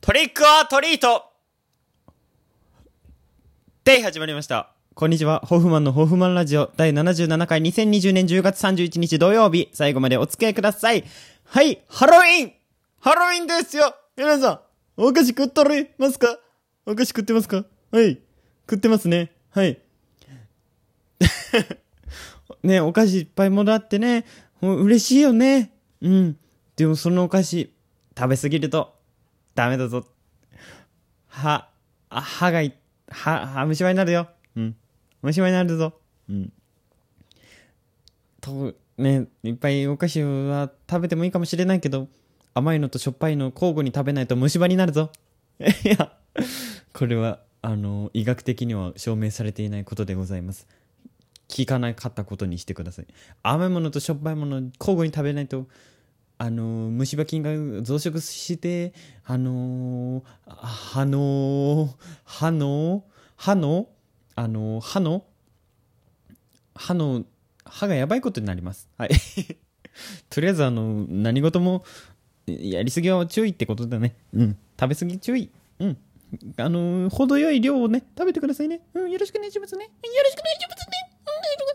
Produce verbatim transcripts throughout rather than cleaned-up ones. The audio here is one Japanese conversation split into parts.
トリックオアトリートで始まりました。こんにちは。ホフマンのホフマンラジオだいななじゅうななかいにせんにじゅうねんじゅうがつさんじゅういちにち土曜日、最後までお付き合いください。はい、ハロウィンハロウィンですよ。皆さん、お菓子食ってるますか？お菓子食ってますか？はい。食ってますね。はい。ね、お菓子いっぱいもらってね、嬉しいよね。うん。でもそのお菓子、食べ過ぎると、ダメだぞ。歯、あ歯がい、歯、歯、虫歯になるよ。うん。虫歯になるぞ。うん。と、ね、いっぱいお菓子は食べてもいいかもしれないけど、甘いのとしょっぱいの交互に食べないと虫歯になるぞ。いや、これは、あの、医学的には証明されていないことでございます。聞かなかったことにしてください。甘いものとしょっぱいもの交互に食べないと、あの虫歯菌が増殖してあのー、歯の歯の歯のあの歯の歯の歯がやばいことになります。はい。とりあえずあの何事もやりすぎは注意ってことだね。うん。食べ過ぎ注意。うん。あのー、程よい量をね食べてくださいね。うん。よろしくお願いしますね。よろしくお願いしますね。うん。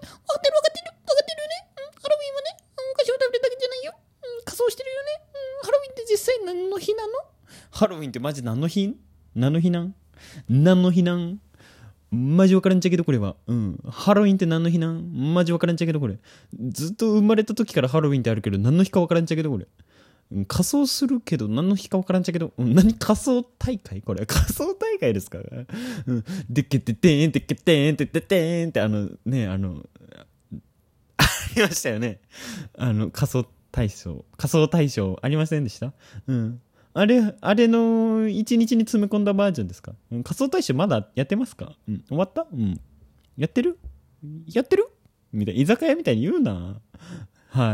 分かってる分かってる分かってるよね。うん。ハロウィンはね、お菓子を食べるだけじゃないよ。仮装してるよね、うん、ハロウィンって実際何の日なの？ハロウィンってマジ何の日？何の日なん？何の日なん？マジわからんちゃけどこれは。うん。ハロウィンって何の日なん？マジわからんちゃけどこれ。ずっと生まれた時からハロウィンってあるけど何の日かわからんちゃけどこれ。うん、仮装するけど何の日かわからんちゃけど、うん、何仮装大会これ仮装大会ですか？うん。でっけててーんてっけてーんてっててーんってあのね、あの、ありましたよね。あの仮装大賞、仮装大賞ありませんでした？うん。あれ、あれの一日に詰め込んだバージョンですか？うん、仮装大賞まだやってますか？うん。終わった？うん。やってる？やってる？みたいな。居酒屋みたいに言うな。はい。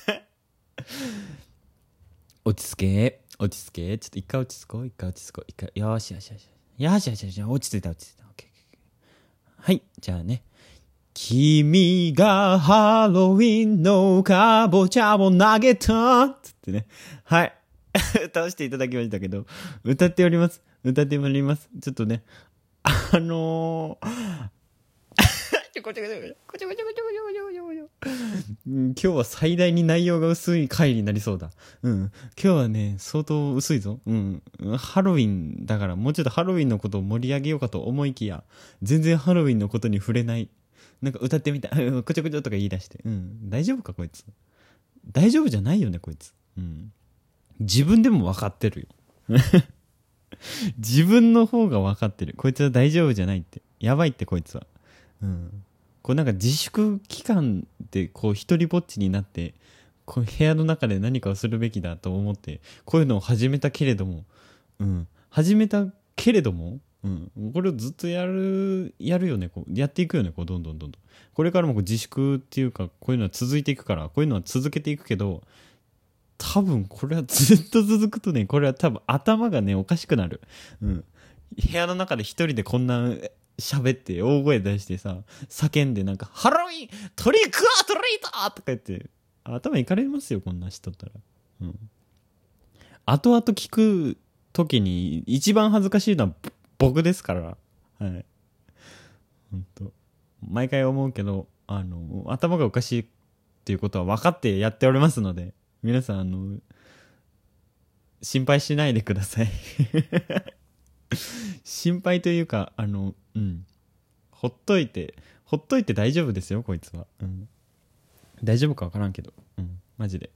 落ち着け。落ち着け。ちょっと一回落ち着こう。一回落ち着こう。一回。よしよしよし。よしよしよし。落ち着いた落ち着いた。オッケー。はい。じゃあね。君がハロウィンのかぼちゃを投げたつってね。はい。歌わせていただきましたけど、歌っております。歌っております。ちょっとね、あのー、こちょこちょこちょこちょこちょこちょこちょこちょ今日は最大に内容が薄い回になりそうだ。うん。今日はね、相当薄いぞ。うん。ハロウィンだからもうちょっとハロウィンのことを盛り上げようかと思いきや、全然ハロウィンのことに触れない。なんか歌ってみた。こちょこちょとか言い出して。うん。大丈夫かこいつ。大丈夫じゃないよねこいつ。うん。自分でも分かってるよ。自分の方が分かってる。こいつは大丈夫じゃないって。やばいってこいつは。うん。こうなんか自粛期間でこう一人ぼっちになって、こう部屋の中で何かをするべきだと思って、こういうのを始めたけれども、うん。始めたけれども、うん。これをずっとやる、やるよね。こうやっていくよね。こうどんどんどんどん。これからもこう自粛っていうか、こういうのは続いていくから、こういうのは続けていくけど、多分これはずっと続くとね、これは多分頭がね、おかしくなる。うん。部屋の中で一人でこんな喋って大声出してさ、叫んでなんか、ハロウィントリックアトリートとか言って、頭いかれますよ、こんな人ったら。うん。後々聞く時に一番恥ずかしいのは僕ですから。はい。ほんと。毎回思うけど、あの、頭がおかしいっていうことは分かってやっておりますので、皆さん、あの、心配しないでください。心配というか、あの、うん。ほっといて、ほっといて大丈夫ですよ、こいつは。うん。大丈夫かわからんけど。うん。マジで。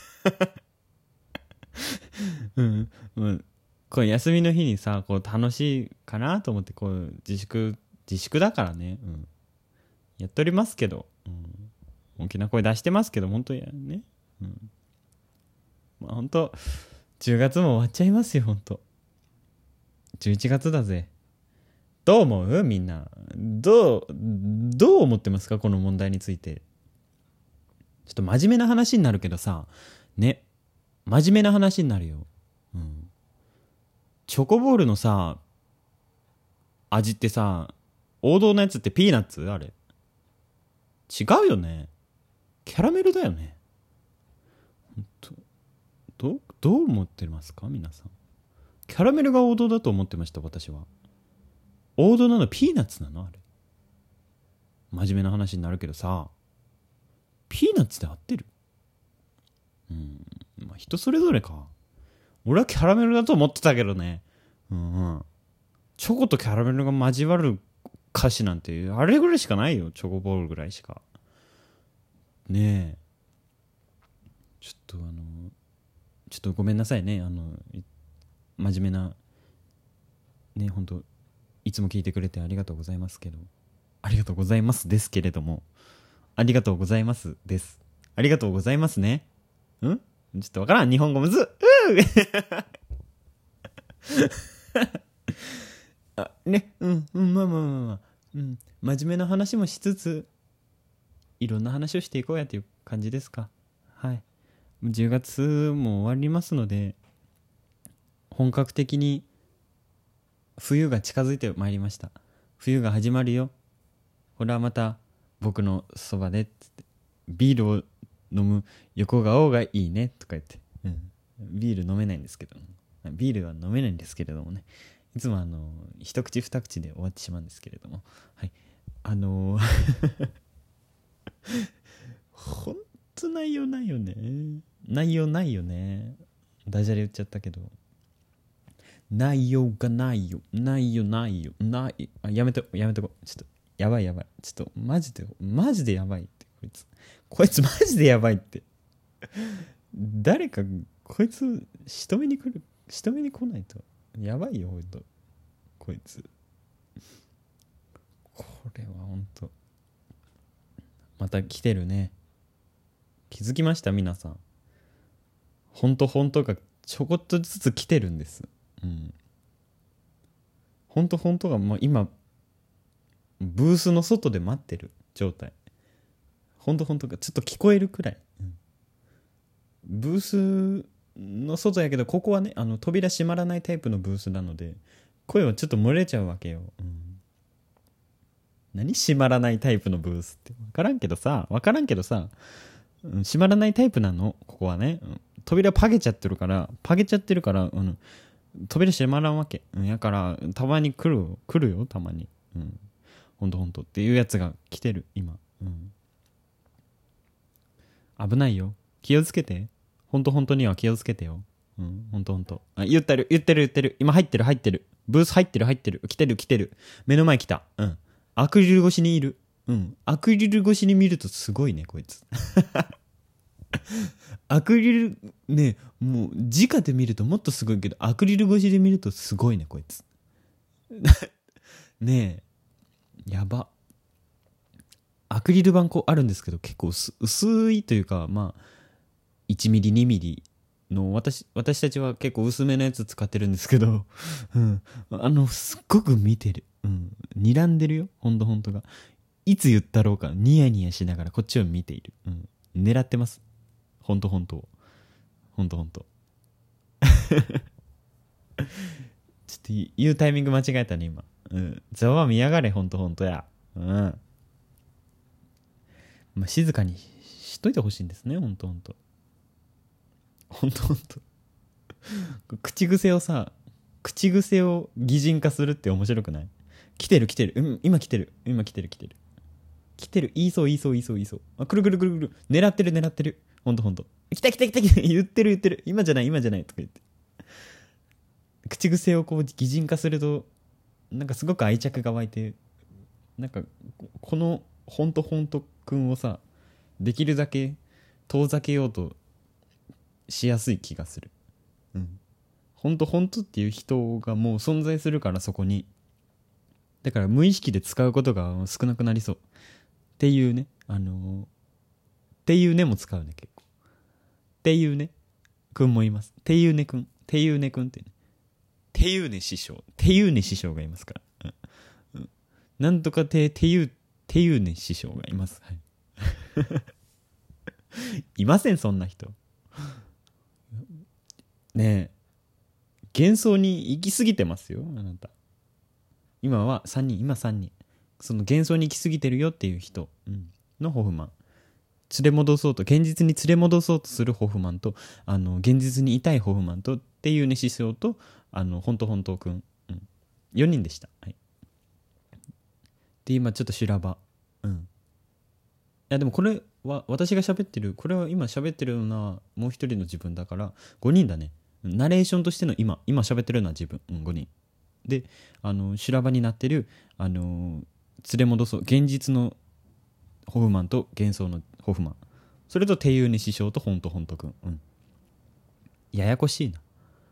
うん。うん。こう休みの日にさ、こう楽しいかなと思って、こう自粛、自粛だからね。うん。やっておりますけど。うん。大きな声出してますけど、本当にね。うん。まあ本当、じゅうがつも終わっちゃいますよ、本当。じゅういちがつだぜ。どう思う？みんな。どう、どう思ってますかこの問題について。ちょっと真面目な話になるけどさ、ね。真面目な話になるよ。うん。チョコボールのさ、味ってさ、王道のやつってピーナッツ？あれ。違うよね。キャラメルだよね。ほんと。ど、どう思ってますか皆さん。 キャラメルが王道だと思ってました、私は。王道なのピーナッツなのあれ。真面目な話になるけどさ、ピーナッツで合ってる？うん、まあ、人それぞれか。俺はキャラメルだと思ってたけどね。うん、うん、チョコとキャラメルが交わる菓子なんてあれぐらいしかないよ。チョコボールぐらいしかねえ。ちょっとあのちょっとごめんなさいね、あの真面目なね、本当いつも聞いてくれてありがとうございますけど、ありがとうございますですけれども、ありがとうございますです。ありがとうございますね。んちょっとわからん、日本語むずっあね、うんうんまあまあまあまあ、うん、真面目な話もしつついろんな話をしていこうやという感じですか。はい、じゅうがつも終わりますので、本格的に冬が近づいてまいりました。冬が始まるよ。ほらまた僕のそばでっつって、ビールを飲む横顔がいいねとか言って、うん、ビール飲めないんですけど、ビールは飲めないんですけれどもね、いつもあの一口二口で終わってしまうんですけれども、はい、あのーほんと内容ないよね。内容ないよね。ダジャレ言っちゃったけど、内容がないよ、内容ないよ、ない、あ、やめとやめとこちょっとやばいやばい、ちょっとマジでマジでやばいって、こいつこいつマジでやばいって。誰かこいつ仕留めに来る、仕留めに来ないとやばいよほんと、こいつ。これはほんとまた来てるね。気づきました皆さん。ほんとほんとがちょこっとずつ来てるんです。うん。ほんとほんとが、まあ、今ブースの外で待ってる状態。ほんとほんとがちょっと聞こえるくらい、うん、ブースの外やけど、ここはね、あの扉閉まらないタイプのブースなので声はちょっと漏れちゃうわけよ、うん、何閉まらないタイプのブースって分からんけどさ、分からんけどさ、うん、閉まらないタイプなのここはね、うん、扉パゲちゃってるからパゲちゃってるから、うん、扉閉まらんわけ、うん、やからたまに来る来るよたまに、うん、ほんとほんとっていうやつが来てる今、うん、危ないよ、気をつけて、ほんとほんとには気をつけてよ、うん、ほんとほんと、あ、言ってる言ってる言ってる、今入ってる入ってる、ブース入ってる入ってる、来てる来てる、目の前来た、うん、アクリル越しにいる、うん、アクリル越しに見るとすごいねこいつアクリルね、もう直で見るともっとすごいけど、アクリル越しで見るとすごいねこいつねえ、やば。アクリル板こうあるんですけど、結構 薄, 薄いというか、まあいちミリにミリの、私私たちは結構薄めのやつ使ってるんですけど、うん、あのすっごく見てる、うん、睨んでるよ、ほんとほんとが。いつ言ったろうかニヤニヤしながらこっちを見ている、うん、狙ってます、ほんとほんとほんとほんとちょっと言うタイミング間違えたね今、うん、ざわ見やがれ、ほんとほんとや、うん、まあ、静かにしといてほしいんですね、ほんとほんとほんとほんと口癖をさ、口癖を擬人化するって面白くない？来てる来てる、うん、今来てる今来てる来てる来てる、言いそう言いそう言いそう言いそう、あ、くるくるくるくる、狙ってる狙ってる、ほんとほんと、来た来た来た来た言ってる言ってる、今じゃない今じゃないとか言って、口癖をこう擬人化するとなんかすごく愛着が湧いて、なんかこのほんとほんとくんをさ、できるだけ遠ざけようとしやすい気がする、うん、ほんとほんとっていう人がもう存在するから、そこに、だから無意識で使うことが少なくなりそうっていうね、あのー、っていうねも使うね結構、っていうねくんもいます、っていうねくん、っていうねくんってね、っていうね師匠、っていうね師匠がいますから、うんうん、なんとかてていうていうね師匠がいます、はいいませんそんな人ねえ、幻想に行き過ぎてますよあなた。今はさんにん、今さんにん、その幻想に行き過ぎてるよっていう人、うん、のホフマン、連れ戻そうと、現実に連れ戻そうとするホフマンと、あの現実にいたいホフマンとっていうね師匠とあのほんとほんとくん、うん、よにんでした。はい。で今ちょっと修羅場。うん。いやでもこれは私が喋ってる、これは今喋ってるのはもう一人の自分だからごにんだね。ナレーションとしての今今喋ってるのは自分、うん、ごにんで、あの修羅場になってるあの連れ戻そう現実のホフマンと幻想のホフマン、それとテユーネ師匠とほんとほんとくん、うん、ややこしいな。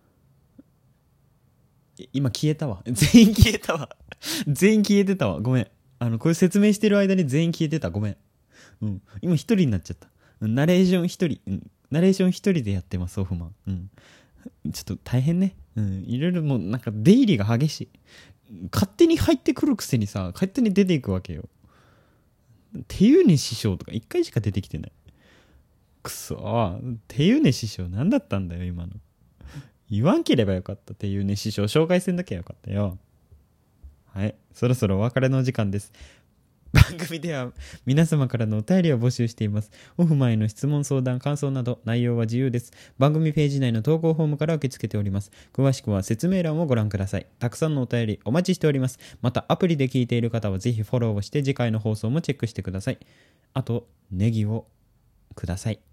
今消えたわ、全員消えたわ全員消えてたわ、ごめん。あのこれ説明してる間に全員消えてた、ごめん。うん、今一人になっちゃった。ナレーション一人、うん、ナレーション一人でやってますホフマン、うん、ちょっと大変ね、うん、いろいろもうなんか出入りが激しい。勝手に入ってくるくせにさ勝手に出ていくわけよ。ていうね師匠とか一回しか出てきてない。くそー、ていうね師匠何だったんだよ今の。言わんければよかった。ていうね師匠紹介せんだけよかったよ。はい、そろそろお別れのお時間です。番組では皆様からのお便りを募集しています。オフマンへの質問、相談、感想など内容は自由です。番組ページ内の投稿フォームから受け付けております。詳しくは説明欄をご覧ください。たくさんのお便りお待ちしております。またアプリで聞いている方はぜひフォローをして次回の放送もチェックしてください。あとネギをください。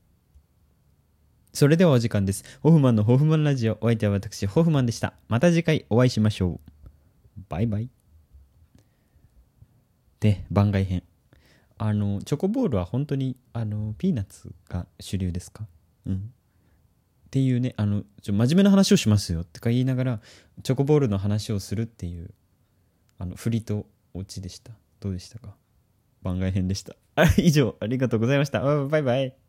それではお時間です。ホフマンのホフマンラジオ、お相手は私ホフマンでした。また次回お会いしましょう。バイバイ。で番外編、あのチョコボールは本当にあのピーナッツが主流ですか？うんっていうね、あのちょ真面目な話をしますよとか言いながらチョコボールの話をするっていうあの振りとオチでした。どうでしたか？番外編でした。以上ありがとうございました。バイバイ。